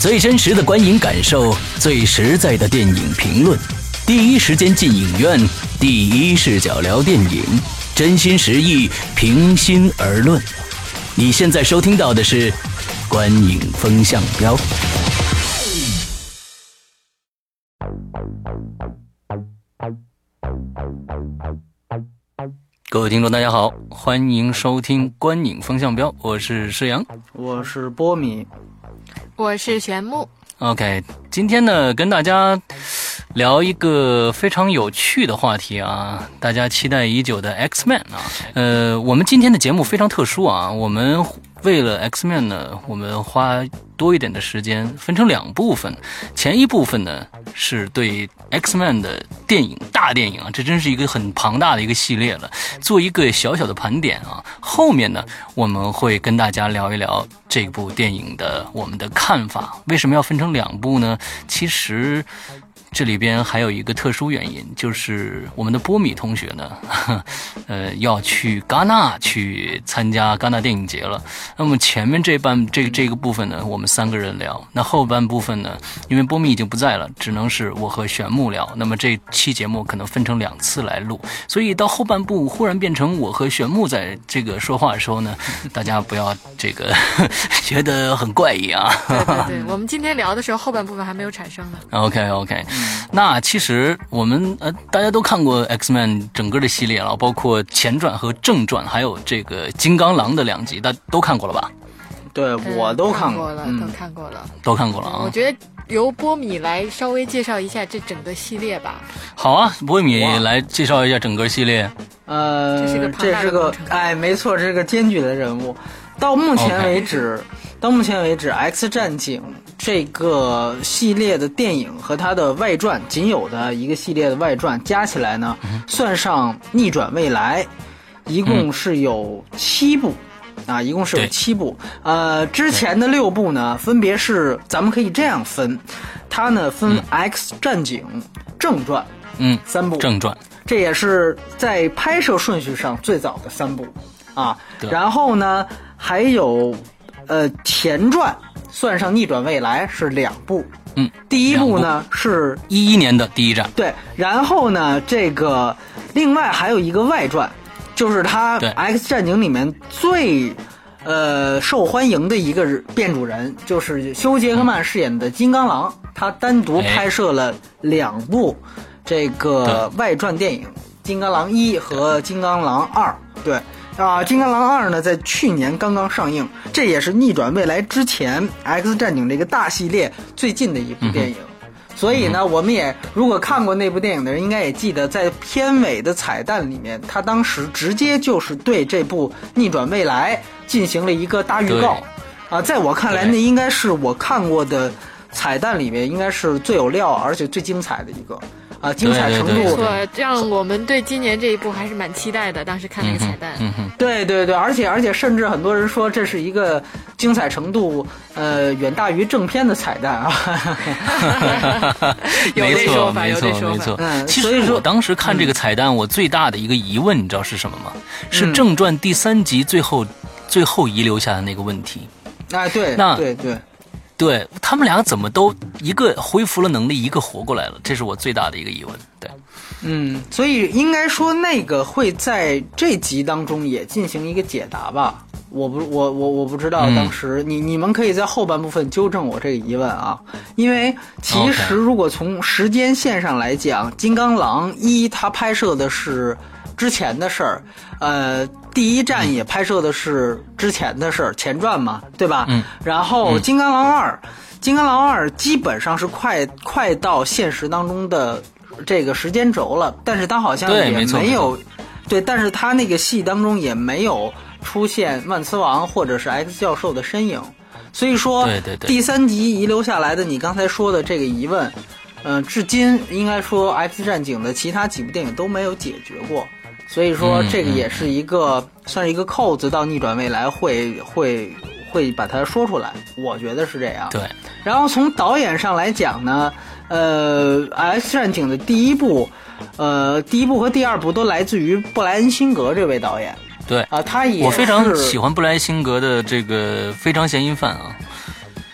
最真实的观影感受，最实在的电影评论，第一时间进影院，第一视角聊电影，真心实意，平心而论。你现在收听到的是观影风向标。各位听众大家好，欢迎收听观影风向标，我是施阳， 我是波米， 我是玄木。 OK， 今天呢跟大家聊一个非常有趣的话题啊，大家期待已久的 X-Men 啊。我们今天的节目非常特殊啊，我们为了 X-Men 呢，我们花多一点的时间分成两部分。前一部分呢是对 X-Men 的电影大电影啊，这真是一个很庞大的一个系列了，做一个小小的盘点啊。后面呢我们会跟大家聊一聊这部电影的我们的看法。为什么要分成两部呢？其实这里边还有一个特殊原因，就是我们的波米同学呢，要去戛纳去参加戛纳电影节了。那么前面这个部分呢，我们三个人聊。那后半部分呢，因为波米已经不在了，只能是我和玄木聊。那么这期节目可能分成两次来录，所以到后半部忽然变成我和玄木在这个说话的时候呢，大家不要这个觉得很怪异啊。 对，我们今天聊的时候后半部分还没有产生呢。 OK。那其实我们大家都看过 X-Men 整个的系列了，包括前传和正传，还有这个金刚狼的2集，大家都看过了吧？ 对，我都看过了， 都看过了啊。 我觉得由波米来稍微介绍一下这整个系列吧。 好啊，波米来介绍一下整个系列。 这是个没错，这是个艰巨的任务。到目前为止 X 战警这个系列的电影和它的外传，仅有的一个系列的外传加起来呢，算上逆转未来，一共是有7部。一共是有7部。之前的6部呢，分别是咱们可以这样分，它呢分 X 战警正传，3部正传， 这也是在拍摄顺序上最早的3部啊。然后呢还有前传，算上逆转未来是2部。第一部呢是 11年的第一站。 对，然后呢这个另外还有一个外传，就是他 X 战警里面最受欢迎的一个变主人，就是休·杰克曼饰演的金刚狼，他单独拍摄了2部这个外传电影，金刚狼1和金刚狼2。对金刚狼2呢在去年刚刚上映，这也是逆转未来之前 X 战警这个大系列最近的一部电影。所以呢，我们也如果看过那部电影的人，应该也记得，在片尾的彩蛋里面，他当时直接就是对这部逆转未来进行了一个大预告。在我看来，那应该是我看过的彩蛋里面应该是最有料而且最精彩的一个。精彩程度没错，让我们对今年这一部还是蛮期待的。当时看那个彩蛋， 对，而且甚至很多人说这是一个精彩程度远大于正片的彩蛋啊。 有这说法。 其实我当时看这个彩蛋，我最大的一个疑问，你知道是什么吗？是正传第3集最后遗留下的那个问题。对，他们俩怎么都一个恢复了能力，一个活过来了，这是我最大的一个疑问。对， 所以应该说那个会在这集当中也进行一个解答吧。我不知道当时你们可以在后半部分纠正我这个疑问啊，因为其实如果从时间线上来讲，金刚狼1它拍摄的是之前的事儿，第一站也拍摄的是之前的事儿，前传嘛，对吧？然后金刚狼2基本上是快到现实当中的这个时间轴了，但是它好像也没有，对，但是它那个戏当中也没有出现万磁王或者是 X 教授的身影，所以说第3集遗留下来的你刚才说的这个疑问，至今应该说 X 战警的其他几部电影都没有解决过。所以说这个也是一个算是一个扣子，到逆转未来会把它说出来，我觉得是这样。 对。 然后从导演上来讲呢，X 战警的第一部和第2部都来自于布莱恩辛格这位导演。 对他也我非常喜欢布莱辛格的这个非常嫌疑犯啊。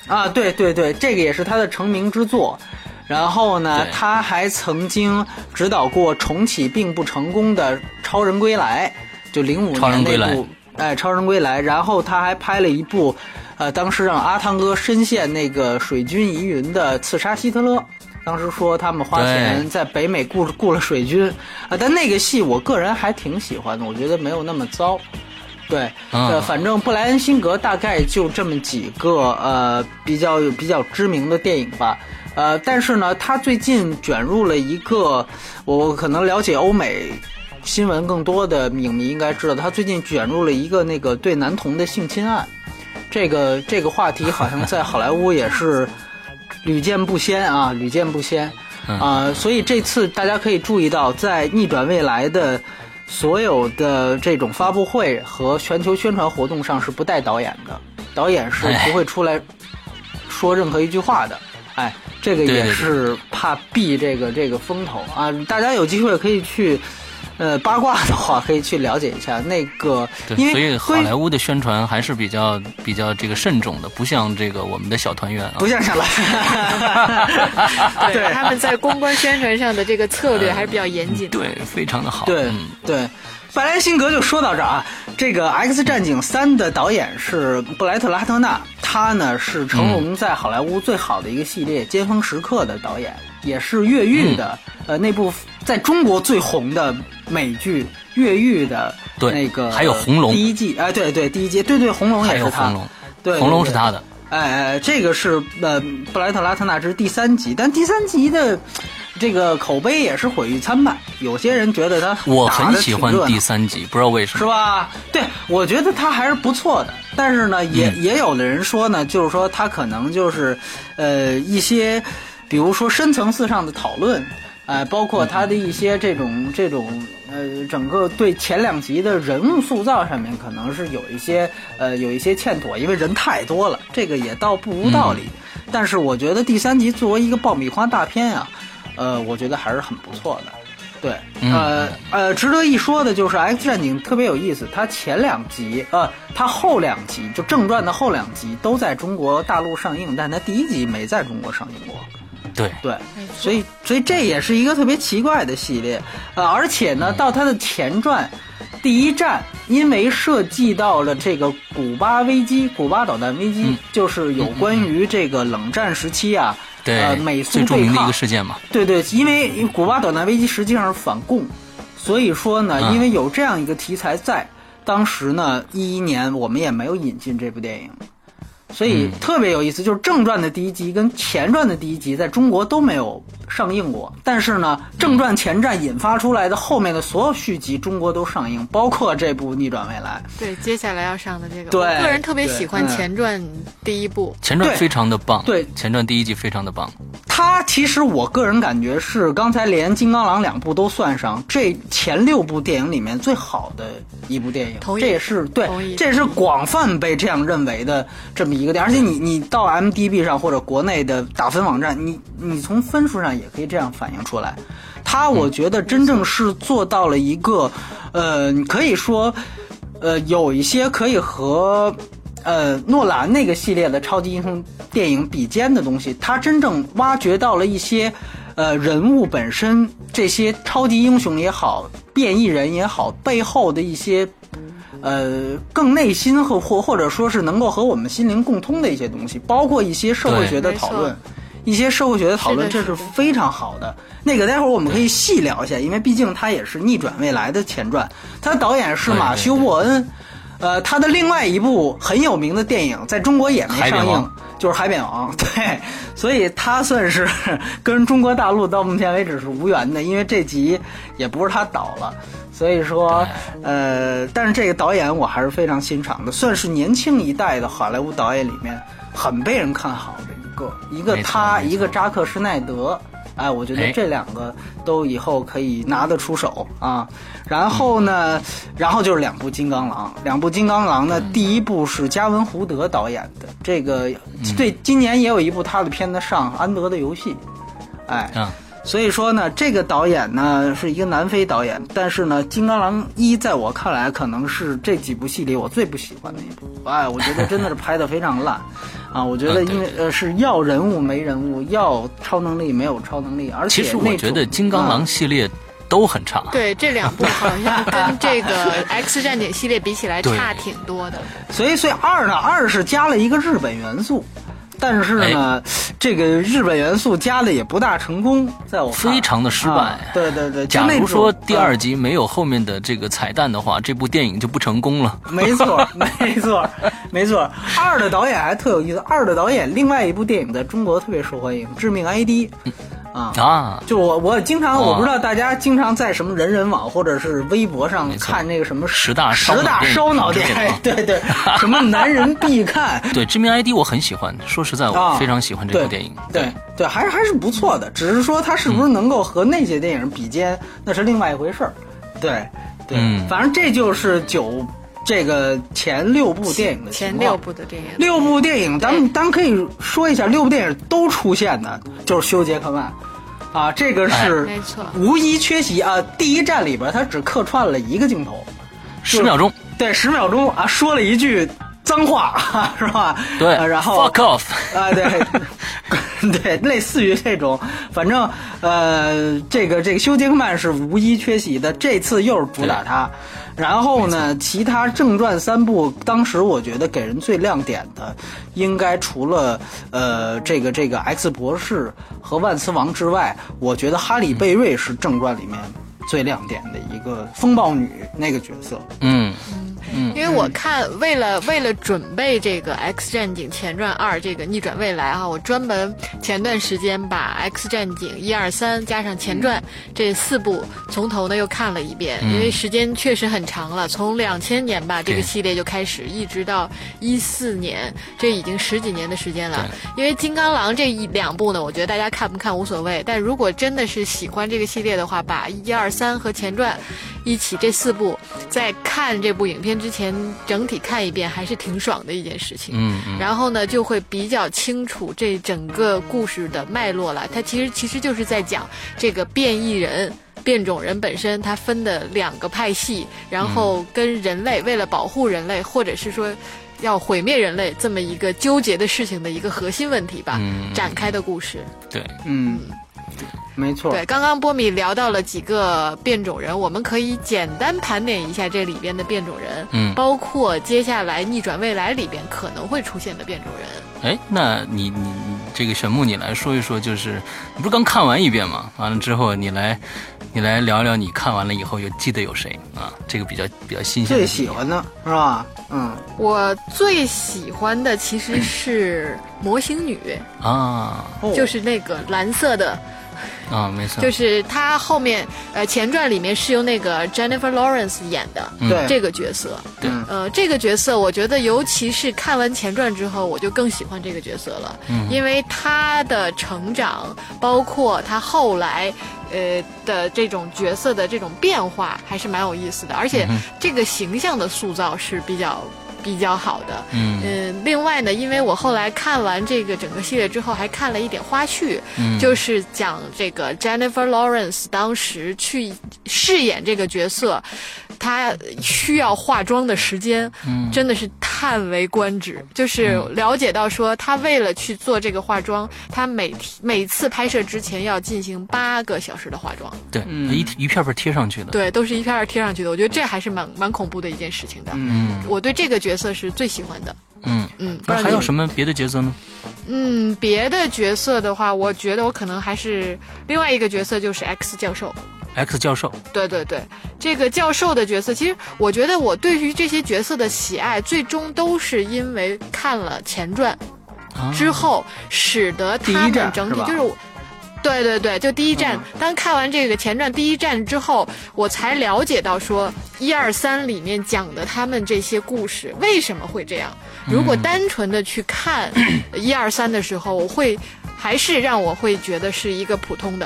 啊，对对对，这个也是他的成名之作。然后呢，他还曾经指导过重启并不成功的《超人归来》，就05年那部，超人归来。然后他还拍了一部，当时让阿汤哥深陷那个水军疑云的《刺杀希特勒》。当时说他们花钱在北美雇了水军，但那个戏我个人还挺喜欢的，我觉得没有那么糟。对，反正布莱恩辛格大概就这么几个比较知名的电影吧。但是呢，他最近卷入了一个，我可能了解欧美新闻更多的影迷应该知道，他最近卷入了一个那个对男童的性侵案，这个话题好像在好莱坞也是屡见不鲜啊，屡见不鲜所以这次大家可以注意到，在逆转未来的所有的这种发布会和全球宣传活动上是不带导演的，导演是不会出来说任何一句话的。这个也是怕避这个风头啊！大家有机会可以去，八卦的话可以去了解一下那个，因为所以好莱坞的宣传还是比较这个慎重的，不像这个我们的小团圆啊， 不像小团圆，对，他们在公关宣传上的这个策略还是比较严谨的， 对，非常的好， 对对。布莱恩辛格就说到这儿啊，这个《X 战警3》的导演是布莱特·拉特纳，他呢是成龙在好莱坞最好的一个系列《尖峰时刻》的导演，也是越狱的，那部在中国最红的美剧《越狱》的那个， 还有红龙第一季，对对，第一季，对对，红龙也是他，对， 红龙是他的。 这个是布莱特·拉特纳这是第3集，但第3集的这个口碑也是毁誉参半，有些人觉得他我很喜欢第3集，不知道为什么， 是吧？对，我觉得他还是不错的，但是呢，也有的人说呢，就是说他可能就是一些，比如说深层次上的讨论。包括他的一些这种整个对前2集的人物塑造上面可能是有一些欠妥，因为人太多了，这个也倒不无道理。但是我觉得第3集作为一个爆米花大片啊，我觉得还是很不错的。对，值得一说的就是 X 战警特别有意思，它前2集，它后2集就正传的后2集都在中国大陆上映，但它第1集没在中国上映过。对，所以这也是一个特别奇怪的系列，而且呢，到它的前传第一战，因为涉及到了这个古巴导弹危机，就是有关于这个冷战时期啊，美苏对抗最著名的一个事件嘛。 对，因为古巴导弹危机实际上是反共，所以说呢，因为有这样一个题材在，当时呢11年我们也没有引进这部电影。所以特别有意思，就是正传的第1集跟前传的第1集在中国都没有上映过，但是呢，正传前传引发出来的后面的所有续集中国都上映，包括这部《逆转未来》。 对，接下来要上的这个， 对， 我个人特别喜欢前传第1部， 前传非常的棒， 对， 前传第1集非常的棒。 它其实我个人感觉是刚才连金刚狼2部都算上，这前6部电影里面最好的一部电影，这也是对，这也是广泛被这样认为的这么一个电影。而且你到 MDB 上或者国内的打分网站，你从分数上也可以这样反映出来。它我觉得真正是做到了一个，可以说，有一些可以和诺兰那个系列的超级英雄电影比肩的东西，他真正挖掘到了一些人物本身，这些超级英雄也好，变异人也好，背后的一些更内心或者说是能够和我们心灵共通的一些东西，包括一些社会学的讨论，这是非常好的。那个待会儿我们可以细聊一下，因为毕竟它也是逆转未来的前传，它的导演是马修·沃恩。他的另外一部很有名的电影在中国也没上映，就是《海扁王》。对，所以他算是跟中国大陆到目前为止是无缘的，因为这集也不是他导了。所以说，但是这个导演我还是非常欣赏的，算是年轻一代的好莱坞导演里面很被人看好的一个他，一个扎克施耐德。我觉得这2个都以后可以拿得出手啊。然后呢，就是2部金刚狼。2部金刚狼呢，第1部是加文·胡德导演的，这个对，今年也有一部他的片子上，《安德的游戏》。 所以说呢，这个导演呢是一个南非导演，但是呢，《金刚狼一》在我看来可能是这几部戏里我最不喜欢的一部。哎，我觉得真的是拍得非常烂啊！我觉得因为是要人物没人物，要超能力没有超能力，而且其实我觉得《金刚狼》系列都很差。 对，这两部好像跟这个 X 战警系列比起来差挺多的。 所以二是加了一个日本元素。但是呢，这个日本元素加的也不大成功，在我看非常的失败。 对对对， 假如说第二集没有后面的这个彩蛋的话，这部电影就不成功了。 没错，没错，没错。二的导演还特有意思，二的导演另外一部电影在中国特别受欢迎，《致命 ID》。就我经常，我不知道大家经常在什么人人网或者是微博上看那个什么十大烧脑电影，对对，什么男人必看。 对，《致命 ID》我很喜欢，说实在，我非常喜欢这部电影。 对，还是不错的，只是说它是不是能够和那些电影比肩，那是另外一回事儿。对，反正这就是这个前6部电影的情况。 前6部的电影 ，6部电影，咱们可以说一下，6部电影都出现的就是休·杰克曼。啊，这个是无一缺席啊！第一站里边，他只客串了一个镜头 ，10秒钟， 对，10秒钟啊，说了一句脏话，是吧？ 对， 然后 fuck off 啊，对，对，类似于这种，反正这个休·杰克曼是无一缺席的，这次又是主打他。然后呢，其他正传3部，当时我觉得给人最亮点的，应该除了这个 X 博士和万磁王之外，我觉得哈里贝瑞是正传里面最亮点的一个风暴女那个角色。 因为我看为了准备这个 X 战警前传2这个逆转未来我专门前段时间把 X 战警1、2、3加上前传这4部从头呢又看了一遍，因为时间确实很长了，从2000年吧这个系列就开始，一直到14年，这已经10几年的时间了。因为金刚狼这2部呢，我觉得大家看不看无所谓，但如果真的是喜欢这个系列的话，把1、2、3和前传一起这4部在看这部影片之前整体看一遍，还是挺爽的一件事情。然后呢就会比较清楚这整个故事的脉络了。它其实就是在讲这个变种人本身它分的2个派系，然后跟人类为了保护人类，或者是说要毁灭人类这么一个纠结的事情的一个核心问题吧，展开的故事。 对， 没错。 对，刚刚波米聊到了几个变种人，我们可以简单盘点一下这里边的变种人，包括接下来逆转未来里边可能会出现的变种人。 哎，那你这个沈木你来说一说，就是你不是刚看完一遍吗？完了之后你来聊聊你看完了以后记得有谁啊？这个比较新鲜。 最喜欢的是吧？ 我最喜欢的其实是模型女啊， 就是那个蓝色的。 没错， 就是他后面前传里面是由那个 Jennifer Lawrence 演的，这个角色。 对， 这个角色我觉得尤其是看完前传之后，我就更喜欢这个角色了，因为他的成长，包括他后来的这种角色的这种变化，还是蛮有意思的，而且这个形象的塑造是比较好的。另外呢，因为我后来看完这个整个系列之后，还看了一点花絮，就是讲这个 Jennifer Lawrence 当时去饰演这个角色，她需要化妆的时间，真的是叹为观止。就是了解到说，她为了去做这个化妆，她每次拍摄之前要进行8个小时的化妆。 对，一片片贴上去的。 对，都是一片片贴上去的。我觉得这还是蛮恐怖的一件事情的。我对这个角色是最喜欢的。 那还有什么别的角色呢？ 别的角色的话，我觉得我可能还是另外一个角色，就是 X 教授。 X 教授， 对，这个教授的角色，其实我觉得我对于这些角色的喜爱，最终都是因为看了前传之后，使得他们整体就是对，就第一站。当看完这个前传第一站之后，我才了解到说1、2、3里面讲的他们这些故事为什么会这样。如果单纯的去看1、2、3的时候，还是让我会觉得是一个普通的。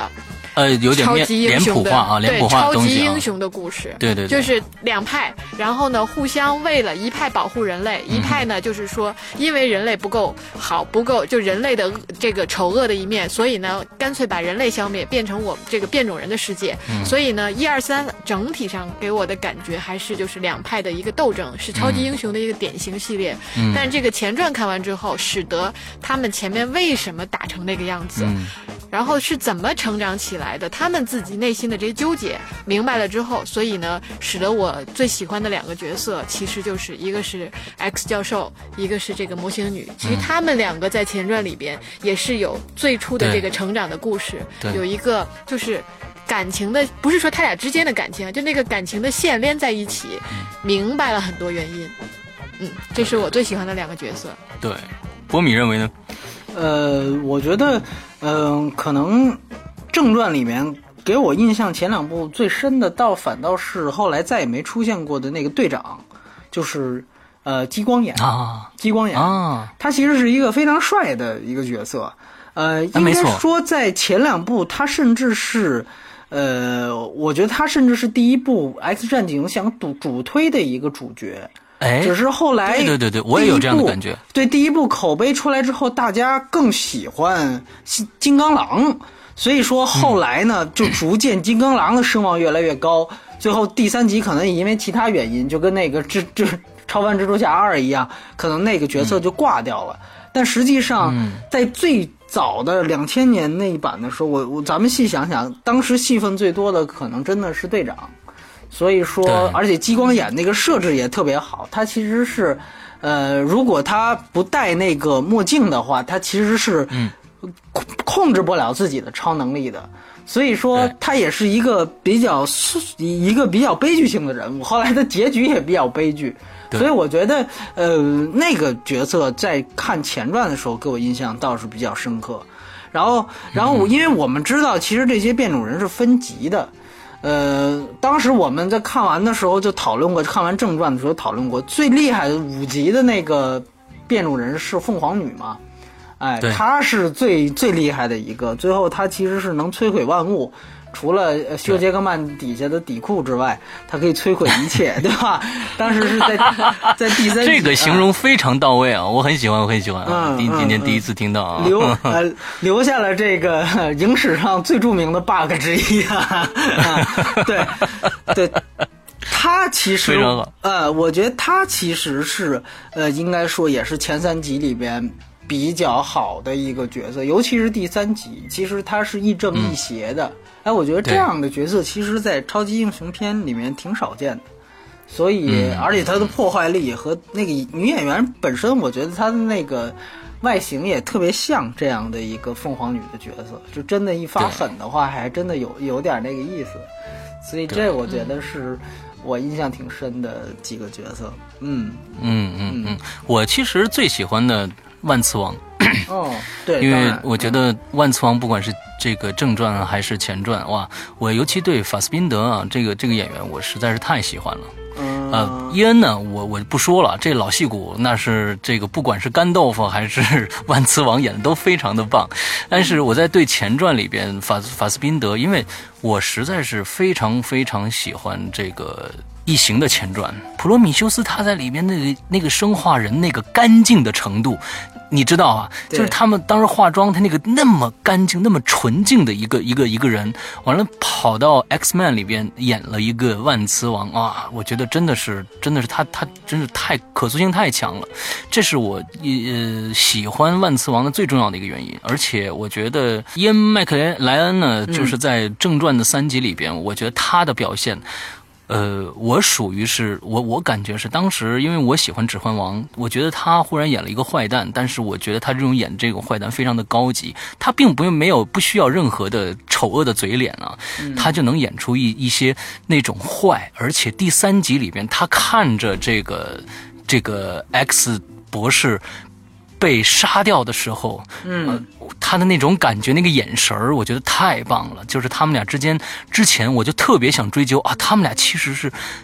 有点脸谱化啊，脸谱化的东西超级英雄的故事， 对， 就是两派，然后呢互相为了一派保护人类，一派呢就是说因为人类不够好，不够就人类的这个丑恶的一面，所以呢干脆把人类消灭，变成我们这个变种人的世界。所以呢1、2、3整体上给我的感觉还是就是两派的一个斗争，是超级英雄的一个典型系列。但是这个前传看完之后，使得他们前面为什么打成那个样子，然后是怎么成长起来的，他们自己内心的这些纠结明白了之后，所以呢使得我最喜欢的2个角色其实就是一个是 X 教授，一个是这个模型女。其实他们2个在前传里边也是有最初的这个成长的故事，有一个就是感情的，不是说他俩之间的感情，就那个感情的线连在一起，明白了很多原因。这是我最喜欢的2个角色。 对，波米认为呢？ 我觉得，可能正传里面给我印象前2部最深的，反倒是后来再也没出现过的那个队长，就是激光眼激光眼他其实是一个非常帅的一个角色。应该说在前2部，他甚至是。我觉得他甚至是第一部 X 战警想主推的一个主角，只是后来对，我也有这样的感觉。 对，第一部口碑出来之后，大家更喜欢金刚狼，所以说后来呢，就逐渐金刚狼的声望越来越高。最后第3集可能因为其他原因，就跟那个超凡蜘蛛侠2一样，可能那个角色就挂掉了。但实际上，在最早的2000年那一版的时候，咱们细想想，当时戏份最多的可能真的是队长。所以说，而且激光眼那个设置也特别好，他其实是，如果他不戴那个墨镜的话，他其实是控制不了自己的超能力的。所以说，他也是一个比较悲剧性的人物，后来的结局也比较悲剧。所以我觉得，那个角色在看前传的时候给我印象倒是比较深刻。然后因为我们知道，其实这些变种人是分级的。当时我们在看完的时候就讨论过，看完正传的时候讨论过，最厉害的5级的那个变种人是凤凰女嘛？她是最厉害的一个。最后她其实是能摧毁万物。除了休杰克曼底下的底裤之外，他可以摧毁一切，对吧？当时是在第3集， 这个形容非常到位啊，我很喜欢啊。今年第一次听到啊， 留下了这个影史上最著名的 bug 之一啊。对。他其实非常好， 我觉得他其实是应该说也是前3集里边比较好的一个角色，尤其是第3集，其实他是亦正亦邪的。我觉得这样的角色其实在超级英雄片里面挺少见的，所以而且他的破坏力和那个女演员本身，我觉得她的那个外形也特别像这样的一个凤凰女的角色，就真的一发狠的话还真的有点那个意思，所以这我觉得是我印象挺深的几个角色。 我其实最喜欢的万磁王。 对， 因为我觉得万磁王不管是这个正传还是前传，哇，我尤其对法斯宾德啊这个演员我实在是太喜欢了。伊恩呢，我不说了，这老戏骨那是这个不管是干豆腐还是万磁王演的都非常的棒。但是我在对前传里边法斯宾德，因为我实在是非常非常喜欢这个异形的前传，普罗米修斯他在里面那个生化人那个干净的程度。你知道啊，就是他们当时化妆，他那个那么干净、那么纯净的一个人，完了跑到 X-Men 里边演了一个万磁王啊！我觉得真的是他真是太可塑性太强了，这是我喜欢万磁王的最重要的一个原因。而且我觉得伊恩·麦克莱恩呢，就是在正传的3集里边，我觉得他的表现。我属于是我感觉是当时，因为我喜欢《指环王》，我觉得他忽然演了一个坏蛋，但是我觉得他这种演这个坏蛋非常的高级，他并不需要任何的丑恶的嘴脸啊，他就能演出一些那种坏，而且第3集里边，他看着这个 X 博士被杀掉的时候，他的那种感觉，那个眼神儿，我觉得太棒了。就是他们俩之前我就特别想追究啊，他们俩其实是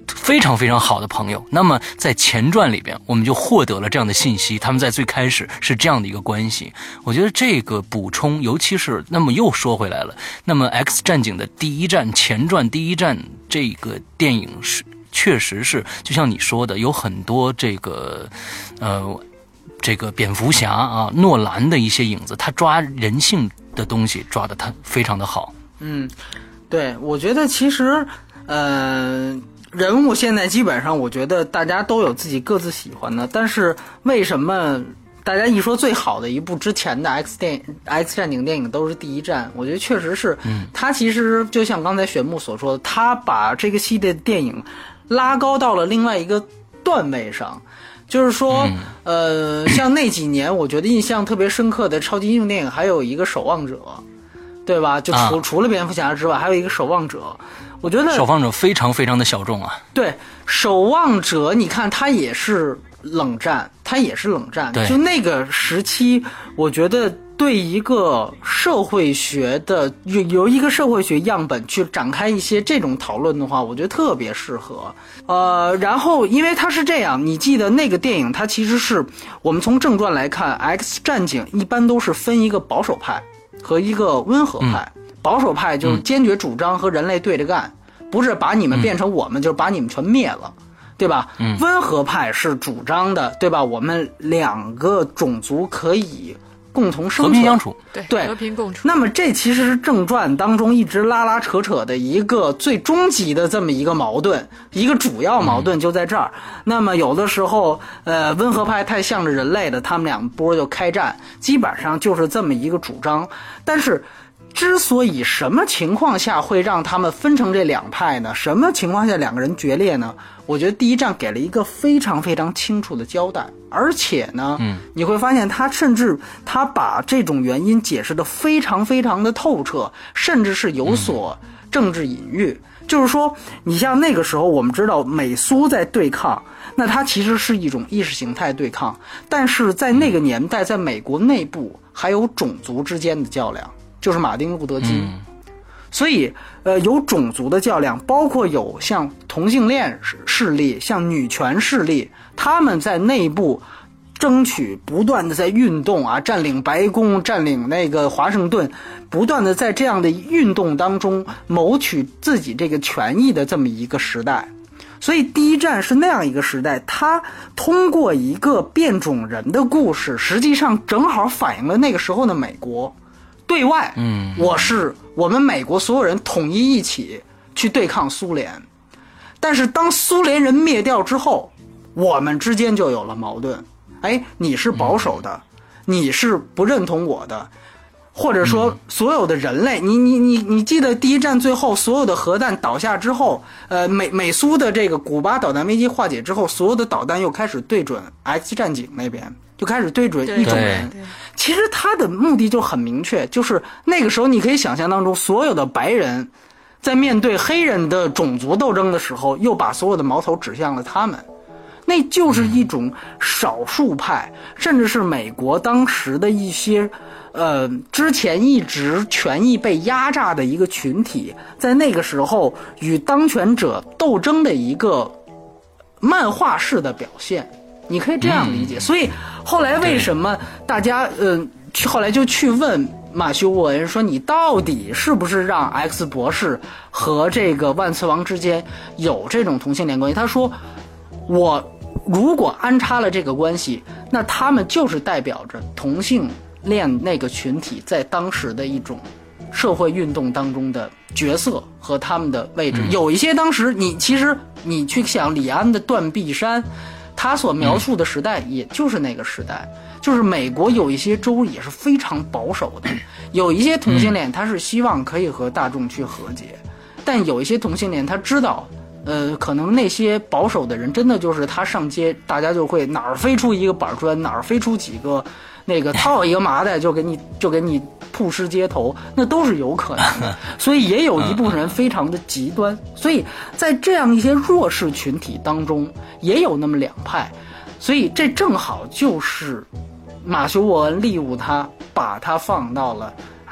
非常非常好的朋友。那么在前传里边，我们就获得了这样的信息，他们在最开始是这样的一个关系。我觉得这个补充，尤其是那么又说回来了，那么 X 战警的第一战前传第一战这个电影是确实是就像你说的，有很多这个蝙蝠侠啊，诺兰的一些影子，他抓人性的东西抓得他非常的好。 对，我觉得其实人物现在基本上我觉得大家都有自己各自喜欢的，但是为什么大家一说最好的一部之前的 X 战警电影都是第一战，我觉得确实是他其实就像刚才玄牧所说的，他把这个系列的电影拉高到了另外一个段位上。就是说像那几年我觉得印象特别深刻的超级英雄电影还有一个守望者，对吧？就除了蝙蝠侠之外还有一个守望者。我觉得守望者非常非常的小众啊。 对，守望者你看他也是冷战，就那个时期我觉得对一个社会学的由一个社会学样本去展开一些这种讨论的话，我觉得特别适合。然后因为它是这样，你记得那个电影它其实是我们从正传来看 X 战警一般都是分一个保守派和一个温和派。保守派就是坚决主张和人类对着干，不是把你们变成我们，就是把你们全灭了，对吧？温和派是主张的，对吧？我们两个种族可以共同生存， 和平相处， 对， 和平共处。 那么这其实是正传当中一直拉拉扯扯的一个最终极的这么一个矛盾，一个主要矛盾就在这儿。那么有的时候，温和派太向着人类的，他们两波就开战，基本上就是这么一个主张。但是之所以什么情况下会让他们分成这两派呢？什么情况下两个人决裂呢？我觉得第一战给了一个非常非常清楚的交代，而且呢，你会发现他甚至他把这种原因解释得非常非常的透彻，甚至是有所政治隐喻。就是说，你像那个时候我们知道美苏在对抗，那它其实是一种意识形态对抗，但是在那个年代，在美国内部还有种族之间的较量。就是马丁路德金，所以有种族的较量，包括有像同性恋势力、像女权势力，他们在内部争取，不断的在运动啊，占领白宫，占领那个华盛顿，不断的在这样的运动当中谋取自己这个权益的这么一个时代。所以第一战是那样一个时代，它通过一个变种人的故事，实际上正好反映了那个时候的美国。对外，我们美国所有人统一一起去对抗苏联，但是当苏联人灭掉之后，我们之间就有了矛盾。你是保守的，你是不认同我的，或者说所有的人类，你记得第一战最后所有的核弹倒下之后，美苏的这个古巴导弹危机化解之后，所有的导弹又开始对准 X 战警那边。就开始对准一种人，其实他的目的就很明确，就是那个时候你可以想象当中，所有的白人在面对黑人的种族斗争的时候，又把所有的矛头指向了他们，那就是一种少数派，甚至是美国当时的一些之前一直权益被压榨的一个群体，在那个时候与当权者斗争的一个漫画式的表现。你可以这样理解，所以后来为什么大家后来就去问马修·沃恩说，你到底是不是让 X 博士和这个万磁王之间有这种同性恋关系？他说，我如果安插了这个关系，那他们就是代表着同性恋那个群体在当时的一种社会运动当中的角色和他们的位置。有一些当时其实你去想李安的断臂山，他所描述的时代也就是那个时代，就是美国有一些州也是非常保守的，有一些同性恋他是希望可以和大众去和解，但有一些同性恋他知道可能那些保守的人真的就是他上街，大家就会哪儿飞出一个板砖，哪儿飞出几个那个套一个麻袋就给你曝尸街头，那都是有可能的。所以也有一部分人非常的极端，所以在这样一些弱势群体当中也有那么两派，所以这正好就是马修·沃恩利物他把它放到了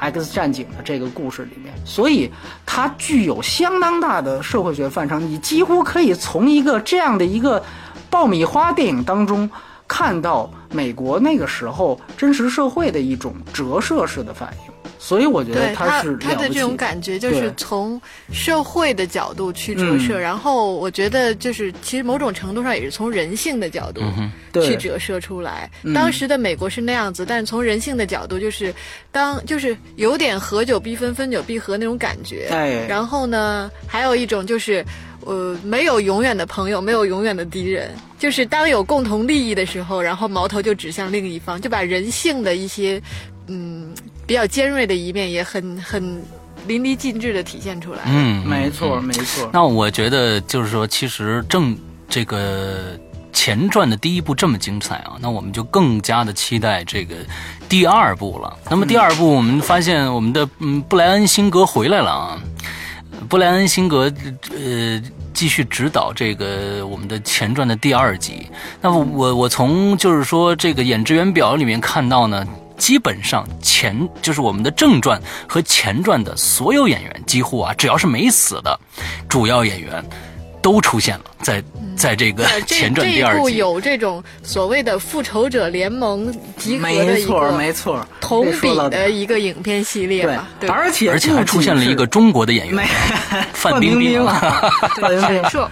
X 战警的这个故事里面，所以它具有相当大的社会学范畴，你几乎可以从一个这样的一个爆米花电影当中看到美国那个时候真实社会的一种折射式的反应。所以我觉得他是了不起。 他的这种感觉就是从社会的角度去折射，然后我觉得就是其实某种程度上也是从人性的角度去折射出来。当时的美国是那样子，但是从人性的角度就是就是有点合久必分，分久必合那种感觉。然后呢，还有一种就是没有永远的朋友，没有永远的敌人，就是当有共同利益的时候，然后矛头就指向另一方，就把人性的一些比较尖锐的一面也很淋漓尽致的体现出来。 没错没错。 那我觉得就是说，其实这个前传的第一部这么精彩啊，那我们就更加的期待这个第二部了。那么第二部我们发现我们的布莱恩辛格回来了啊，布莱恩辛格继续指导这个我们的前传的第二集。那么我从就是说这个演职员表里面看到呢，基本上就是我们的正传和前传的所有演员，几乎只要是没死的主要演员都出现了，在这个前传第二集。 这一部有这种所谓的复仇者联盟集合的一个没错同比的一个影片系列吧。 对，而且还出现了一个中国的演员范冰冰闪烁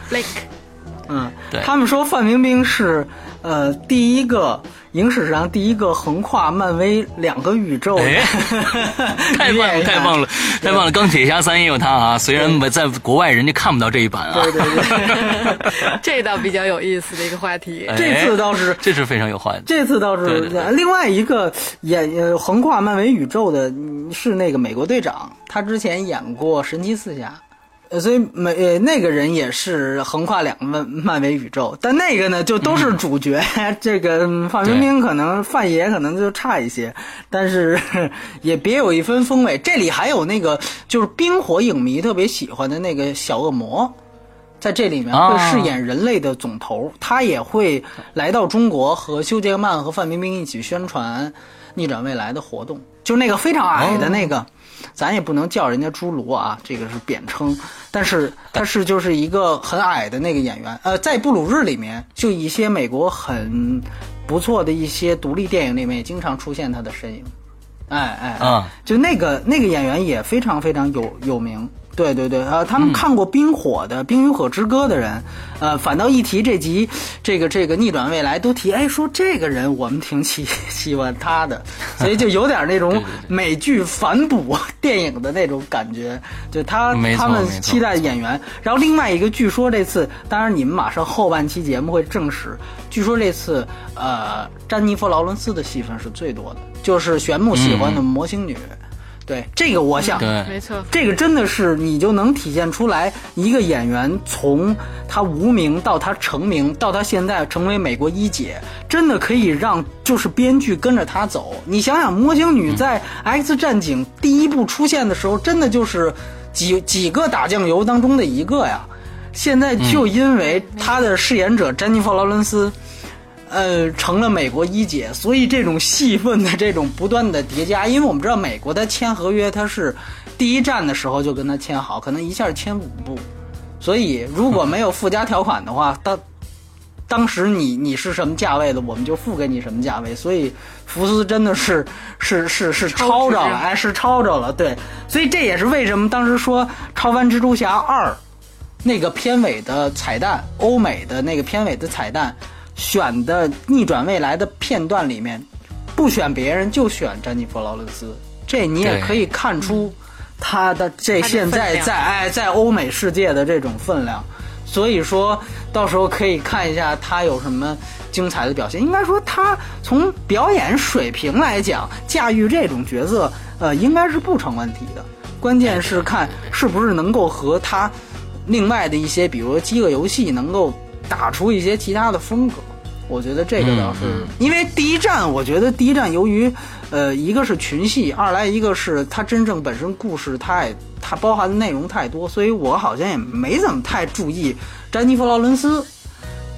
Blake。 对，他们说范冰冰是第一个影史上第一个横跨漫威2个宇宙的太棒了！钢铁侠3也有他啊，虽然在国外人家看不到这一版啊。 对， 这倒比较有意思的一个话题。 这次倒是这是非常有话题。 这次倒是另外一个横跨漫威宇宙的是那个美国队长，他之前演过神奇四侠。所以那个人也是横跨2个漫威宇宙，但那个呢就都是主角。这个范冰冰范爷可能就差一些，但是也别有一分风味。这里还有那个就是冰火影迷特别喜欢的那个小恶魔，在这里面会饰演人类的总头，他也会来到中国和休杰克曼和范冰冰一起宣传逆转未来的活动，就那个非常矮的那个。咱也不能叫人家侏儒啊，这个是贬称，但是他是就是一个很矮的那个演员。在布鲁日里面，就一些美国很不错的一些独立电影里面也经常出现他的身影。就那个演员也非常非常有名。对，他们看过冰与火之歌的人，反倒一提这集这个逆转未来都提，说这个人我们挺喜欢他的，所以就有点那种美剧反哺电影的那种感觉，就他们期待的演员。然后另外一个，据说这次，当然你们马上后半期节目会证实，据说这次詹妮弗·劳伦斯的戏份是最多的，就是玄牧喜欢的魔形女。对，这个我想， 没错， 这个真的是你就能体现出来，一个演员从他无名到他成名，到他现在成为美国一姐，真的可以让就是编剧跟着他走。你想想，魔形女在 X 战警第一部出现的时候，真的就是几个打酱油当中的一个呀。现在就因为他的饰演者詹妮弗·劳伦斯。成了美国一姐，所以这种戏份的这种不断的叠加，因为我们知道美国他签合约，他是第一站的时候就跟他签好，可能一下签5部，所以如果没有附加条款的话，当时你是什么价位的，我们就付给你什么价位，所以福斯真的是抄着了，是抄着了，对，所以这也是为什么当时说超凡蜘蛛侠2那个片尾的彩蛋，欧美的那个片尾的彩蛋。选的逆转未来的片段里面，不选别人就选詹妮弗·劳伦斯，这你也可以看出他的这现在在欧美世界的这种分量。所以说到时候可以看一下他有什么精彩的表现。应该说他从表演水平来讲，驾驭这种角色应该是不成问题的，关键是看是不是能够和他另外的一些比如说饥饿游戏能够打出一些其他的风格。我觉得这个倒是，因为第一站我觉得第一站由于一个是群戏，二来一个是它真正本身故事它包含的内容太多，所以我好像也没怎么太注意詹妮弗·劳伦斯。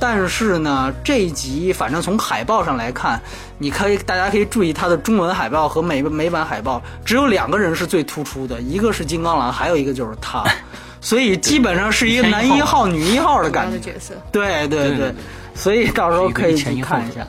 但是呢，这一集反正从海报上来看，大家可以注意它的中文海报和美版海报，只有2个人是最突出的，一个是金刚狼，还有一个就是他，所以基本上是一个男1号女1号的感觉。对对对。所以到时候可以去看一下。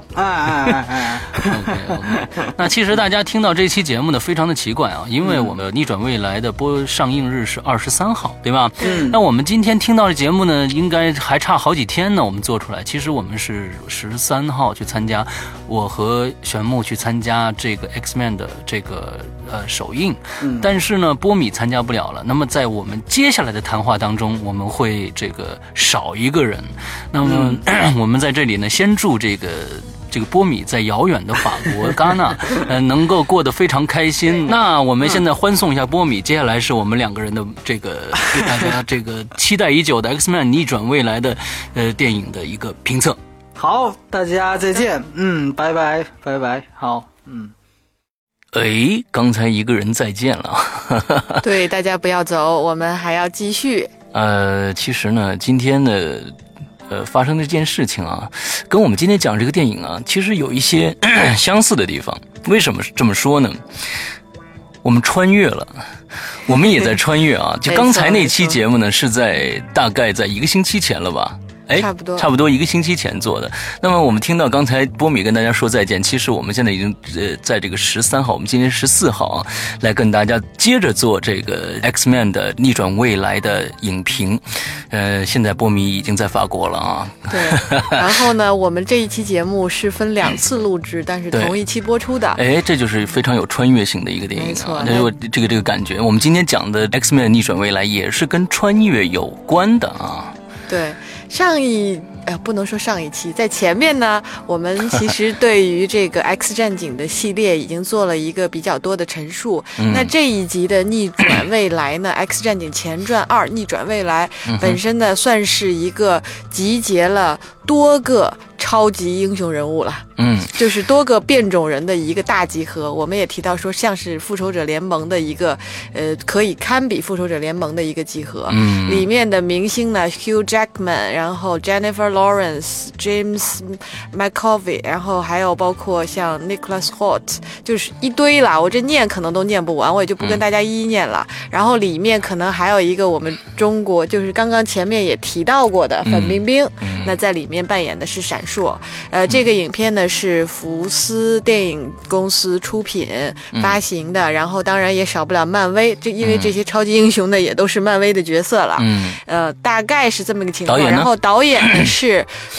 OK。那其实大家听到这期节目呢，非常的奇怪啊，因为我们逆转未来的上映日是23号，对吧？那我们今天听到的节目呢，应该还差好几天呢，我们做出来。其实我们是13号去参加，我和玄牧去参加这个 X-Men 的这个首映，但是呢，波米参加不了了。那么在我们接下来的谈话当中，我们会这个少一个人。那么我们在这里呢，先祝这个波米在遥远的法国戛纳，能够过得非常开心。那我们现在欢送一下波米，接下来是我们2个人的这个对大家这个期待已久的 X-Men 逆转未来的电影的一个评测。 好，大家再见。拜拜，拜拜。好， 刚才一个人再见了。 对，大家不要走，我们还要继续。 其实呢，今天的发生的这件事情啊，跟我们今天讲这个电影啊，其实有一些相似的地方。为什么这么说呢？我们穿越了，我们也在穿越啊。就刚才那期节目呢，是大概在1个星期前了吧。差不多1个星期前做的。那么我们听到刚才波米跟大家说再见，其实我们现在已经在这个13号，我们今天14号啊，来跟大家接着做这个 X-Men 的逆转未来的影评。现在波米已经在法国了啊。 对。然后呢，我们这一期节目是分2次录制，但是同一期播出的。 这就是非常有穿越性的一个电影。 没错。 这个感觉，我们今天讲的 X-Men 逆转未来也是跟穿越有关的啊。 对。不能说上一期，在前面呢，我们其实对于这个 X 战警的系列已经做了一个比较多的陈述。那这一集的逆转未来呢，X 战警前传2逆转未来本身呢，算是一个集结了多个超级英雄人物了，就是多个变种人的一个大集合。我们也提到说，像是复仇者联盟的一个可以堪比复仇者联盟的一个集合。里面的明星呢 ，Hugh Jackman， 然后 Jennifer Lawrence、James McAvoy， 然后还有包括像 Nicholas Hoult， 就是一堆啦。我这念可能都念不完，我也就不跟大家一一念了。然后里面可能还有一个我们中国，就是刚刚前面也提到过的范冰冰，那在里面扮演的是闪烁。这个影片呢是福斯电影公司出品发行的，然后当然也少不了漫威，因为这些超级英雄呢也都是漫威的角色了。大概是这么个情况。然后导演呢是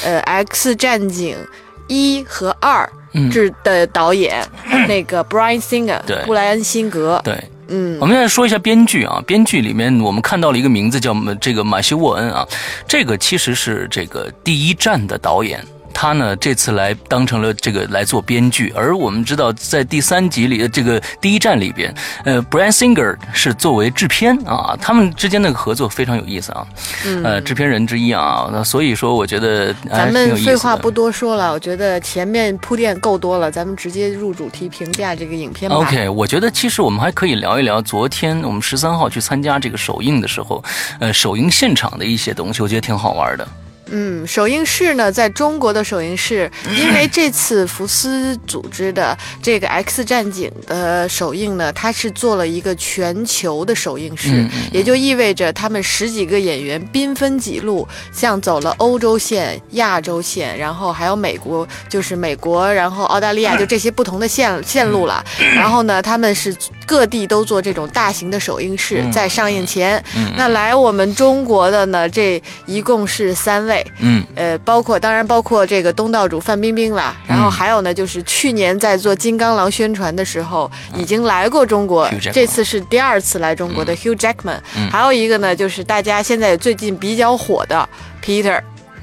X 战警1和2的导演，那个 Bryan Singer， 布莱恩辛格。 对。我们现在说一下编剧啊，编剧里面我们看到了一个名字叫这个马修·沃恩啊，这个其实是这个第1站的导演。他呢这次来当成了这个来做编剧，而我们知道在第3集里的这个第1站里边，Bryan Singer 是作为制片啊，他们之间的合作非常有意思啊，制片人之一啊，那所以说我觉得咱们废话不多说了，我觉得前面铺垫够多了，咱们直接入主题评价这个影片吧。 OK， 我觉得其实我们还可以聊一聊昨天我们13号去参加这个首映的时候，首映现场的一些东西，我觉得挺好玩的。 首映式呢，在中国的首映式，因为这次福斯组织的这个 X 战警的首映呢，它是做了一个全球的首映式，也就意味着他们10几个演员兵分几路，像走了欧洲线、亚洲线，然后还有美国，就是美国，然后澳大利亚，就这些不同的线路了。然后呢，他们是各地都做这种大型的首映式，在上映前。那来我们中国的呢，这一共是3位。当然包括这个东道主范冰冰啦，然后还有呢，就是去年在做金刚狼宣传的时候已经来过中国，这次是第2次来中国的 Hugh Jackman，还有一个呢，就是大家现在最近比较火的 Peter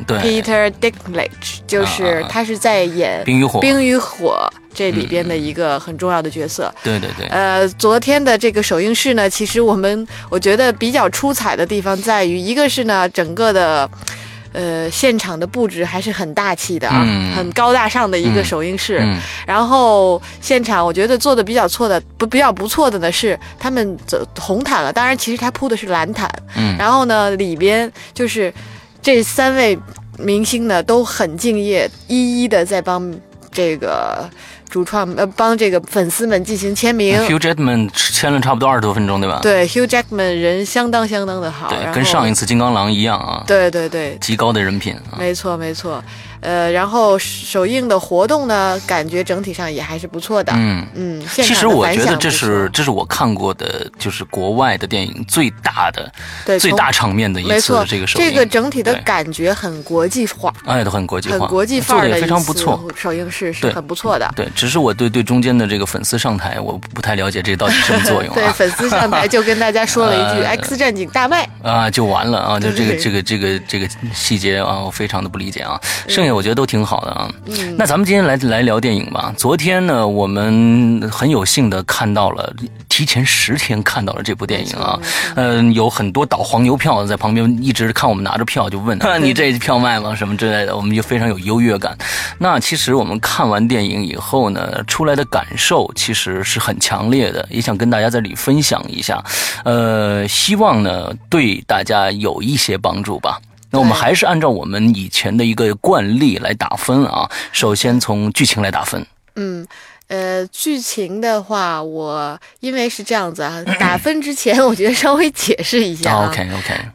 Dinklage， 就是他是在演冰与火这里边的一个很重要的角色。 对。 昨天的这个首映式呢，其实我觉得比较出彩的地方在于，一个是呢，整个的现场的布置还是很大气的啊，很高大上的一个首映式。然后现场我觉得做的比较不错的呢是他们走红毯了，当然其实他铺的是蓝毯。然后呢里边就是这3位明星呢都很敬业，一一的在帮这个主创帮这个粉丝们进行签名。 Hugh Jackman 签了差不多20多分钟，对吧？ 对 ，Hugh Jackman 人相当的好， 对，跟上一次金刚狼一样啊。 对对对， 极高的人品啊。 没错没错。然后首映的活动呢，感觉整体上也还是不错的。 其实我觉得这是我看过的，就是国外的电影最大的、最大场面的一次这个首映。 这个整体的感觉很国际化， 都很国际化， 很国际范儿的， 非常不错。 首映式是很不错的。 对，只是我对中间的这个粉丝上台，我不太了解这到底什么作用啊。 对，粉丝上台就跟大家说了一句X 战警大卖就完了啊！就这个细节啊，我非常的不理解啊。剩下我觉得都挺好的啊。那咱们今天来聊电影吧。昨天呢，我们很有幸的看到了，提前10天看到了这部电影啊。有很多倒黄牛票在旁边一直看我们拿着票就问你这票卖吗什么之类的，我们就非常有优越感。那其实我们看完电影以后呢，出来的感受其实是很强烈的，也想跟大家在这里分享一下。希望呢对大家有一些帮助吧。那我们还是按照我们以前的一个惯例来打分啊。首先从剧情来打分。 剧情的话，我因为是这样子啊，打分之前我觉得稍微解释一下啊。 OK。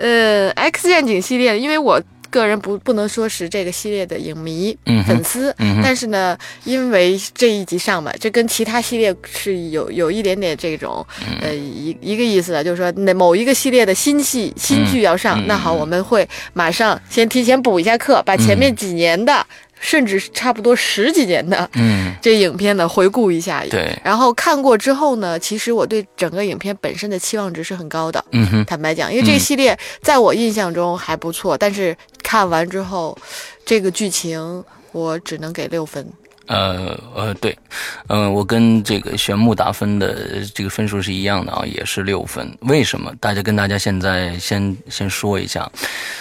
X 战警系列，因为我个人不能说是这个系列的影迷、粉丝，但是呢，因为这一集上嘛，这跟其他系列是有一点点这种一个意思的，就是说某一个系列的新剧要上，那好，我们会马上先提前补一下课，把前面几年的。甚至差不多10几年的这影片呢回顾一下， 对， 然后看过之后呢，其实我对整个影片本身的期望值是很高的。坦白讲，因为这个系列在我印象中还不错，但是看完之后，这个剧情我只能给6分。 对，我跟这个玄木打分的这个分数是一样的啊，也是6分。为什么？跟大家现在先说一下，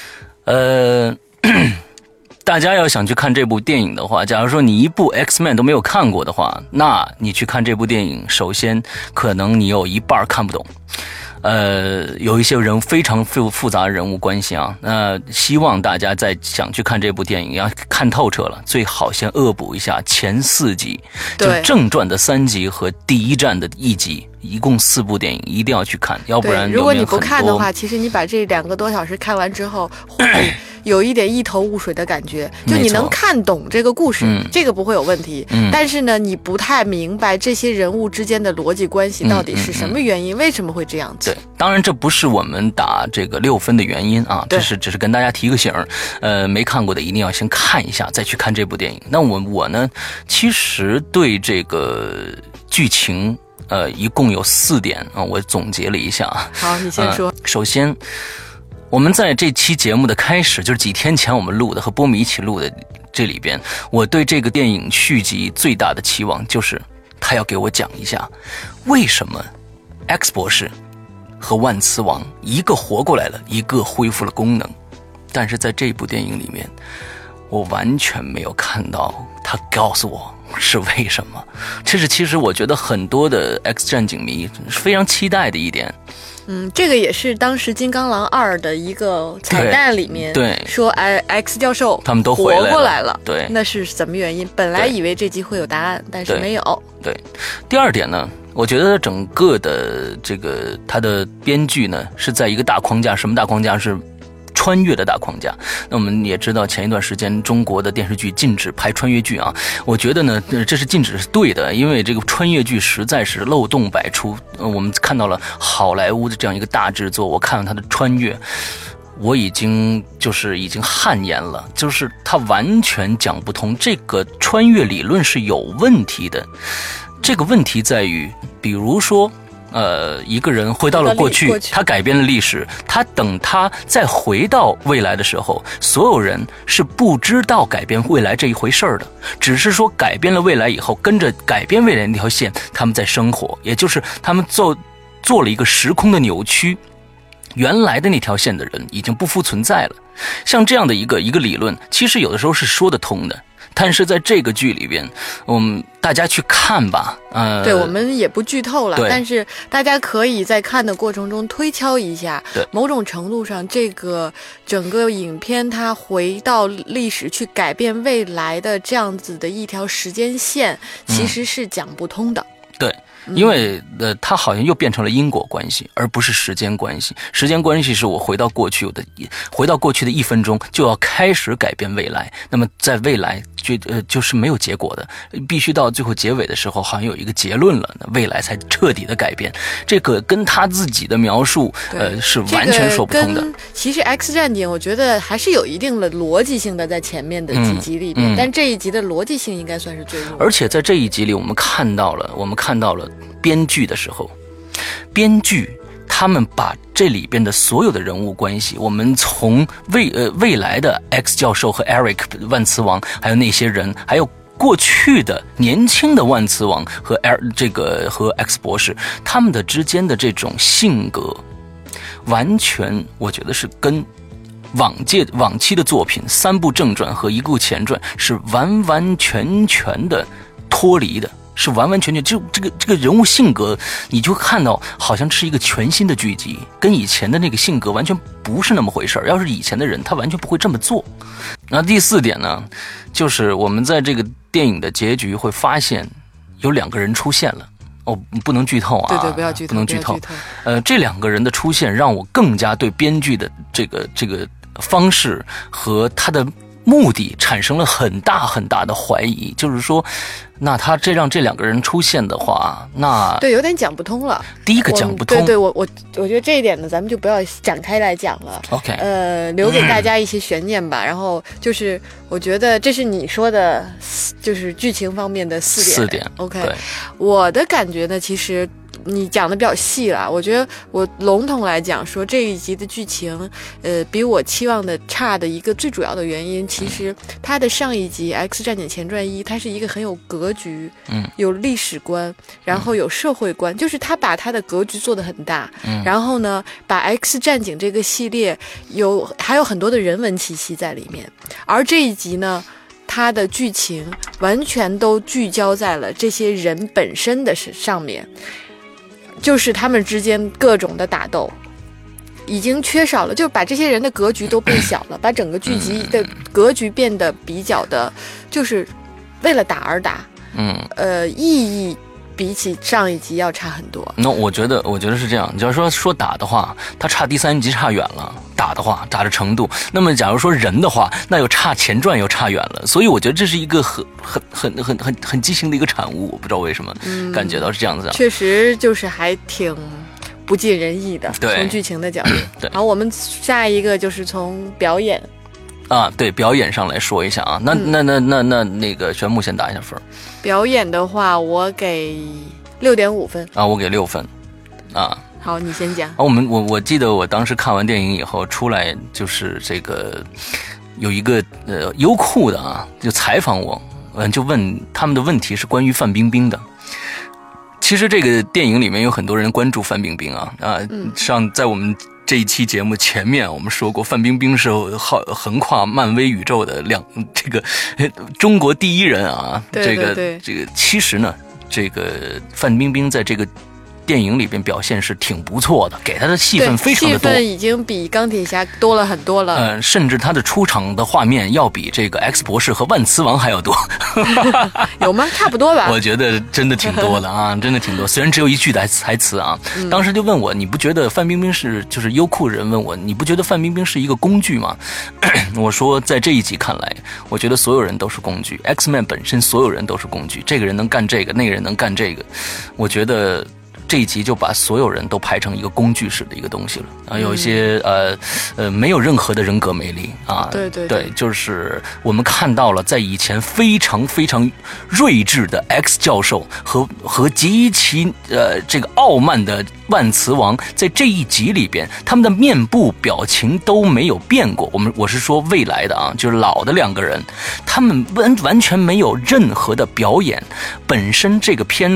大家要想去看这部电影的话，假如说你一部 X-Men 都没有看过的话，那你去看这部电影，首先可能你有一半看不懂。有一些非常复杂的人物关系啊，那希望大家在想去看这部电影要看透彻了，最好先恶补一下前4集，就正传的3集和第一站的1集，一共4部电影一定要去看，要不然如果你不看的话，其实你把这2个多小时看完之后，会有一点一头雾水的感觉，就你能看懂这个故事，这个不会有问题。但是呢，你不太明白这些人物之间的逻辑关系到底是什么原因，为什么会这样子？ 对，当然这不是我们打这个6分的原因啊，只是跟大家提个醒没看过的一定要先看一下，再去看这部电影。那我呢，其实对这个剧情一共有4点啊，我总结了一下。 好，你先说。 首先，我们在这期节目的开始，就是几天前我们录的，和波米一起录的这里边，我对这个电影续集最大的期望就是他要给我讲一下为什么 X 博士和万磁王一个活过来了，一个恢复了功能，但是在这部电影里面我完全没有看到他告诉我是为什么。这是其实我觉得很多的 X 战警迷非常期待的一点。 这个也是当时《金刚狼2》的一个彩蛋里面对说 X 教授他们都活过来了， 对， 那是什么原因？本来以为这集会有答案，但是没有。 对，第二点呢，我觉得整个的这个它的编剧呢是在一个大框架，什么大框架？是穿越的大框架。那我们也知道前一段时间中国的电视剧禁止拍穿越剧啊，我觉得呢这是禁止是对的，因为这个穿越剧实在是漏洞百出。我们看到了好莱坞的这样一个大制作，我看到它的穿越，我已经汗颜了，就是它完全讲不通，这个穿越理论是有问题的。这个问题在于，比如说一个人回到了过去，他改变了历史，他等他再回到未来的时候，所有人是不知道改变未来这一回事儿的，只是说改变了未来以后，跟着改变未来那条线他们在生活，也就是他们做了一个时空的扭曲，原来的那条线的人已经不复存在了。像这样的一个理论，其实有的时候是说得通的。 但是在这个剧里边，大家去看吧， 对，我们也不剧透了，但是大家可以在看的过程中推敲一下，某种程度上，这个整个影片它回到历史去改变未来的这样子的一条时间线，其实是讲不通的。 对。因为它好像又变成了因果关系，而不是时间关系。时间关系是我回到过去的1分钟就要开始改变未来，那么在未来就是没有结果的，必须到最后结尾的时候好像有一个结论了，那未来才彻底的改变。这个跟他自己的描述是完全说不通的。 其实 X 战警我觉得还是有一定的逻辑性的，在前面的几集里面，但这一集的逻辑性应该算是最弱的。 而且在这一集里我们看到了编剧的时候，编剧他们把这里边的所有的人物关系，我们从未来的 X 教授和 Eric 万磁王，还有那些人，还有过去的年轻的万磁王和 X 博士，他们的之间的这种性格，完全我觉得是跟往期的作品3部正传和1部前传是完完全全的脱离的。是完完全全就这个人物性格，你就看到好像是一个全新的剧集，跟以前的那个性格完全不是那么回事。要是以前的人，他完全不会这么做。那第4点呢，就是我们在这个电影的结局会发现有2个人出现了。不能剧透啊！ 对，不要剧透， 不能剧透。这2个人的出现让我更加对编剧的这个方式和他的目的产生了很大很大的怀疑，就是说，那他让这2个人出现的话，那对有点讲不通了。 第一个讲不通， 对，我觉得这一点呢，咱们就不要展开来讲了。 OK， 留给大家一些悬念吧。然后就是我觉得这是你说的，就是剧情方面的4点。OK， 我的感觉呢，其实你讲的比较细了，我觉得我笼统来讲说这一集的剧情，比我期望的差的一个最主要的原因，其实它的上一集《X 战警前传1》，它是一个很有格局，有历史观，然后有社会观，就是他把他的格局做得很大，然后呢，把 X 战警这个系列还有很多的人文气息在里面，而这一集呢，它的剧情完全都聚焦在了这些人本身的上面。就是他们之间各种的打斗已经缺少了，就把这些人的格局都变小了，把整个剧集的格局变得比较的就是为了打而打，意义比起上一集要差很多。 那我觉得是这样，你要说打的话，它差第3集差远了，打的话打的程度，那么假如说人的话，那又差前传又差远了，所以我觉得这是一个很畸形的一个产物，我不知道为什么感觉到是这样子。 确实就是还挺不尽人意的，从剧情的角度。 对， 好，我们下一个就是从表演啊，对，表演上来说一下啊，那个玄牧先打一下分。 表演的话，我给6.5分啊，我给6分啊。 好，你先讲。 我记得我当时看完电影以后出来，就是这个有一个优酷的啊，就采访我，就问他们的问题是关于范冰冰的。其实这个电影里面有很多人关注范冰冰啊，在我们这一期节目前面我们说过，范冰冰是横跨漫威宇宙的这个中国第一人啊。 对， 这个其实呢，这个范冰冰在这个电影里边表现是挺不错的，给她的戏份非常的多， 戏份已经比钢铁侠多了很多了。 甚至她的出场的画面要比这个 X 博士和万磁王还要多。 有吗？差不多吧。 我觉得真的挺多的啊，真的挺多。虽然只有1句的台词啊，当时就问我，你不觉得范冰冰就是优酷人问我，你不觉得范冰冰是一个工具吗？我说，在这一集看来，我觉得所有人都是工具。X-Men 本身所有人都是工具，这个人能干这个，那个人能干这个，我觉得。这一集就把所有人都排成一个工具式的一个东西了啊，有一些没有任何的人格魅力啊，对，就是我们看到了在以前非常非常睿智的 X 教授和极其这个傲慢的万磁王，在这一集里边，他们的面部表情都没有变过。我是说未来的啊，就是老的2个人，他们完全没有任何的表演。本身这个片子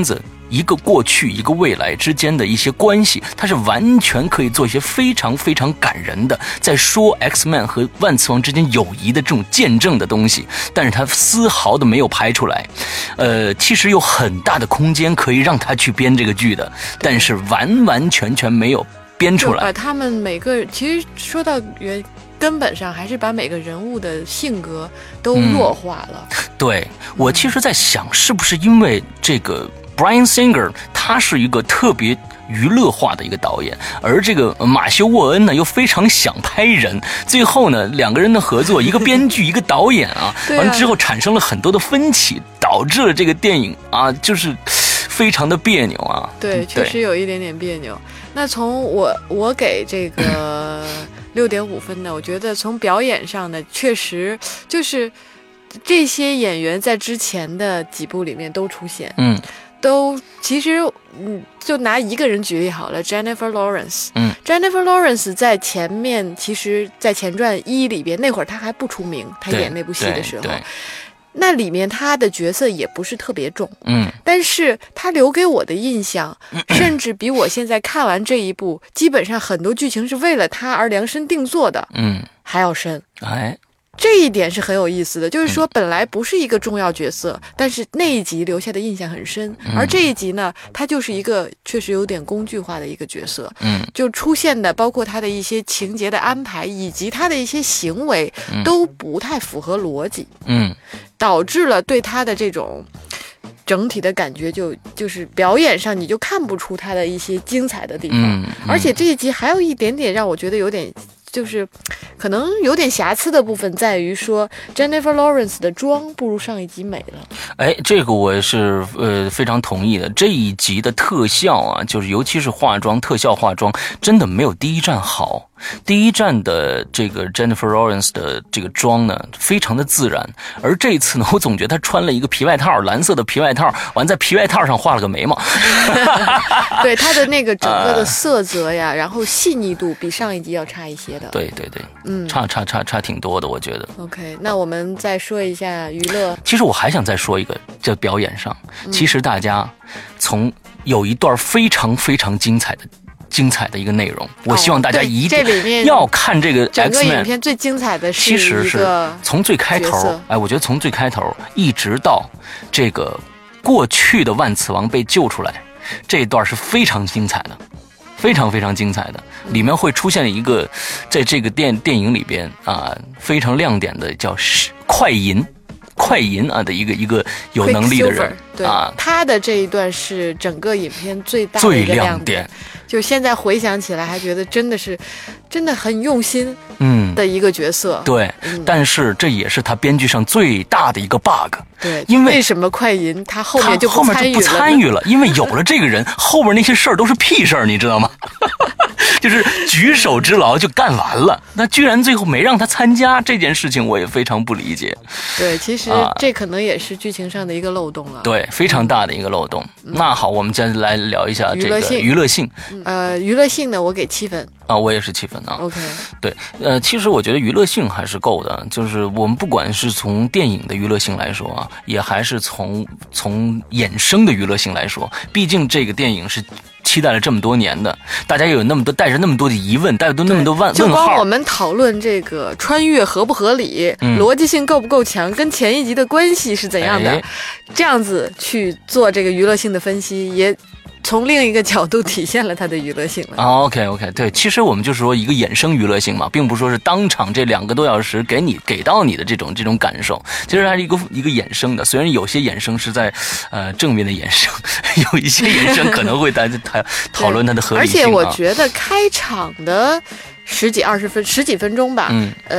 一个过去一个未来之间的一些关系，它是完全可以做一些非常非常感人的，在说 X-Men 和万磁王之间友谊的这种见证的东西，但是他丝毫的没有拍出来。其实有很大的空间可以让他去编这个剧的，但是完完全全没有编出来。 把他们每个，其实说到根本上还是把每个人物的性格都弱化了。 对，我其实在想，是不是因为这个 Bryan Singer 他是一个特别娱乐化的一个导演，而这个马修沃恩呢又非常想拍人，最后呢两个人的合作，一个编剧一个导演啊，完了之后产生了很多的分歧，导致了这个电影啊就是非常的别扭啊。 对，确实有一点点别扭。那从我给这个6.5分呢，我觉得从表演上呢，确实就是这些演员在之前的几部里面都出现，都其实就拿一个人举例好了 ，Jennifer Lawrence，Jennifer Lawrence 在前面，其实在前传1里边那会儿她还不出名，她演那部戏的时候。那里面他的角色也不是特别重，但是他留给我的印象，甚至比我现在看完这一部，基本上很多剧情是为了他而量身定做的，还要深。这一点是很有意思的，就是说本来不是一个重要角色，但是那一集留下的印象很深，而这一集呢，他就是一个确实有点工具化的一个角色，就出现的包括他的一些情节的安排以及他的一些行为都不太符合逻辑，导致了对他的这种整体的感觉就是表演上你就看不出他的一些精彩的地方，而且这一集还有一点点让我觉得有点就是可能有点瑕疵的部分在于说 Jennifer Lawrence 的妆不如上一集美了。 这个我也是非常同意的。这一集的特效啊，就是尤其是特效化妆真的没有第一站好。第一站的这个 Jennifer Lawrence 的这个妆呢，非常的自然，而这次呢，我总觉得她穿了一个皮外套，蓝色的皮外套，完在皮外套上画了个眉毛。 对，她的那个整个的色泽呀，然后细腻度比上一集要差一些的。 对，差挺多的，我觉得。 OK， 那我们再说一下娱乐。 其实我还想再说一个，在表演上，其实大家从有一段非常非常精彩的一个内容，我希望大家一定要看这个 X-Men。 整个影片最精彩的是其实是从最开头，我觉得从最开头一直到这个过去的万磁王被救出来，这一段是非常精彩的。非常非常精彩的，里面会出现一个，在这个电影里边啊，非常亮点的叫快银啊的一个有能力的人啊， 他的这一段是整个影片最大的最一个亮点。 就现在回想起来，还觉得真的很用心，的一个角色。 对，但是这也是他编剧上最大的一个 bug。 对， 因为什么快银他后面就不参与了，因为有了这个人，后面那些事儿都是屁事儿，你知道吗？就是举手之劳就干完了，那居然最后没让他参加这件事情，我也非常不理解。 对，其实这可能也是剧情上的一个漏洞了。 对，非常大的一个漏洞。那好，我们接下来聊一下这个娱乐性。 娱乐性呢，我给7分。 我也是7分啊。 OK， 对，其实我觉得娱乐性还是够的，就是我们不管是从电影的娱乐性来说啊，也还是从衍生的娱乐性来说，毕竟这个电影是期待了这么多年的，大家有那么多带着那么多的疑问，带着那么多问号。 就光我们讨论这个穿越合不合理，逻辑性够不够强，跟前一集的关系是怎样的，这样子去做这个娱乐性的分析，也从另一个角度体现了它的娱乐性了。 OK， 对，其实我们就是说一个衍生娱乐性嘛，并不说是当场这2个多小时给到你的这种感受，其实它是一个衍生的。虽然有些衍生是在正面的衍生，有一些衍生可能会大家讨论它的合理性。 而且我觉得开场的十几分钟吧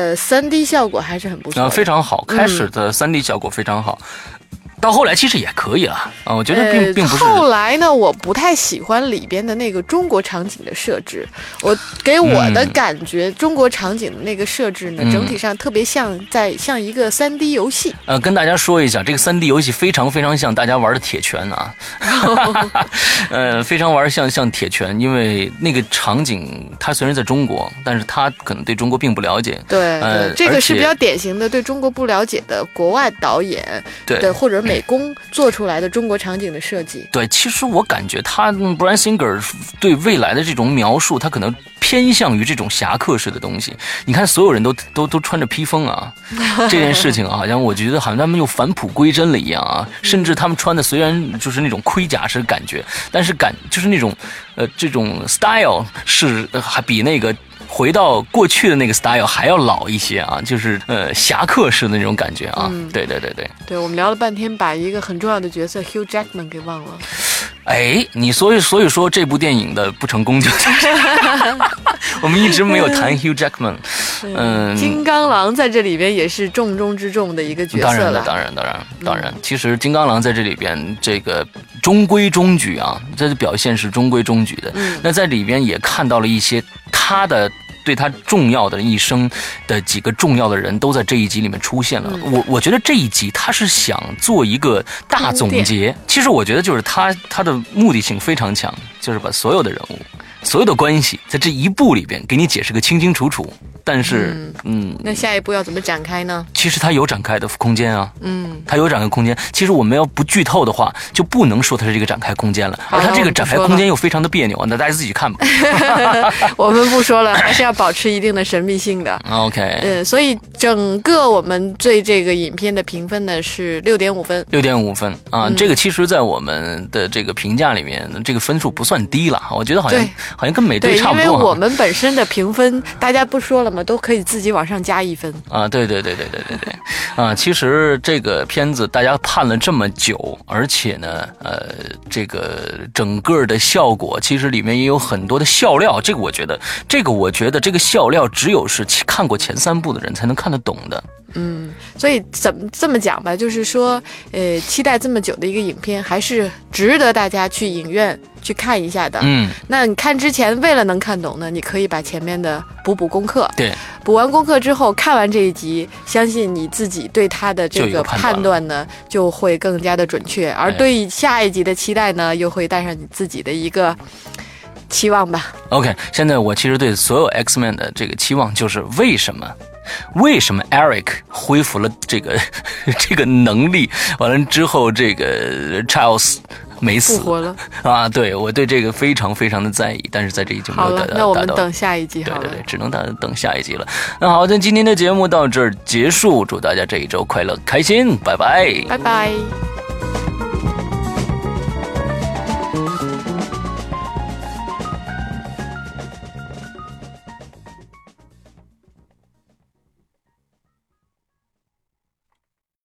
，3D 效果还是很不错的， 非常好。开始的3D 效果非常好。到后来其实也可以了啊，我觉得并不是。 后来呢，我不太喜欢里边的那个中国场景的设置，给我的感觉，中国场景的那个设置呢，整体上特别像一个3D 游戏。 跟大家说一下，这个3D 游戏非常非常像大家玩的铁拳啊，非常玩像铁拳，因为那个场景它虽然在中国，但是它可能对中国并不了解。 对，这个是比较典型的对中国不了解的国外导演，对或者美美工做出来的中国场景的设计。 对，其实我感觉他 Bryan Singer 对未来的这种描述，他可能偏向于这种侠客式的东西。你看，所有人都穿着披风啊，这件事情好像我觉得好像他们又返璞归真了一样啊。甚至他们穿的虽然就是那种盔甲式感觉，但是就是那种这种 style 是还比那个回到过去的那个 style 还要老一些啊，就是侠客式的那种感觉啊。对， 我们聊了半天，把一个很重要的角色 Hugh Jackman 给忘了。 哎，你所以说这部电影的不成功就是我们一直没有谈 Hugh Jackman。 金刚狼在这里边也是重中之重的一个角色了。 当然，其实金刚狼在这里边这个中规中矩啊，这个表现是中规中矩的。那在里边也看到了一些对他重要的一生的几个重要的人都在这一集里面出现了。我觉得这一集他是想做一个大总结，其实我觉得就是他的目的性非常强，就是把所有的人物、所有的关系在这一部里边给你解释个清清楚楚。但是那下一步要怎么展开呢？ 其实它有展开的空间啊。它有展开空间。其实我们要不剧透的话，就不能说它是这个展开空间了。而它这个展开空间又非常的别扭，那大家自己看吧。 我们不说了，还是要保持一定的神秘性的。 OK。 所以整个我们对这个影片的评分呢是6.5分。6.5 分啊，这个其实在我们的这个评价里面，这个分数不算低了。我觉得好像跟美队差不多。 因为我们本身的评分，大家不说了吗？都可以自己往上加1分啊！对啊！其实这个片子大家盼了这么久，而且呢，这个整个的效果其实里面也有很多的笑料。这个我觉得这个笑料只有是看过前3部的人才能看得懂的。 所以怎么这么讲吧，就是说，期待这么久的一个影片，还是值得大家去影院去看一下的。那你看之前为了能看懂呢，你可以把前面的补功课。 对， 补完功课之后，看完这一集，相信你自己对他的这个判断呢，就会更加的准确。而对下一集的期待呢，又会带上你自己的一个期望吧。 OK， 现在我其实对所有 X-Men 的这个期望就是为什么 Eric 恢复了这个能力，完了之后这个 Charles 没死复活了啊！对，我对这个非常非常的在意，但是在这里就没有达到。 那我们等下一集好了。 对，只能等下一集了。那好，那今天的节目到这儿结束，祝大家这一周快乐开心，拜拜， 拜拜。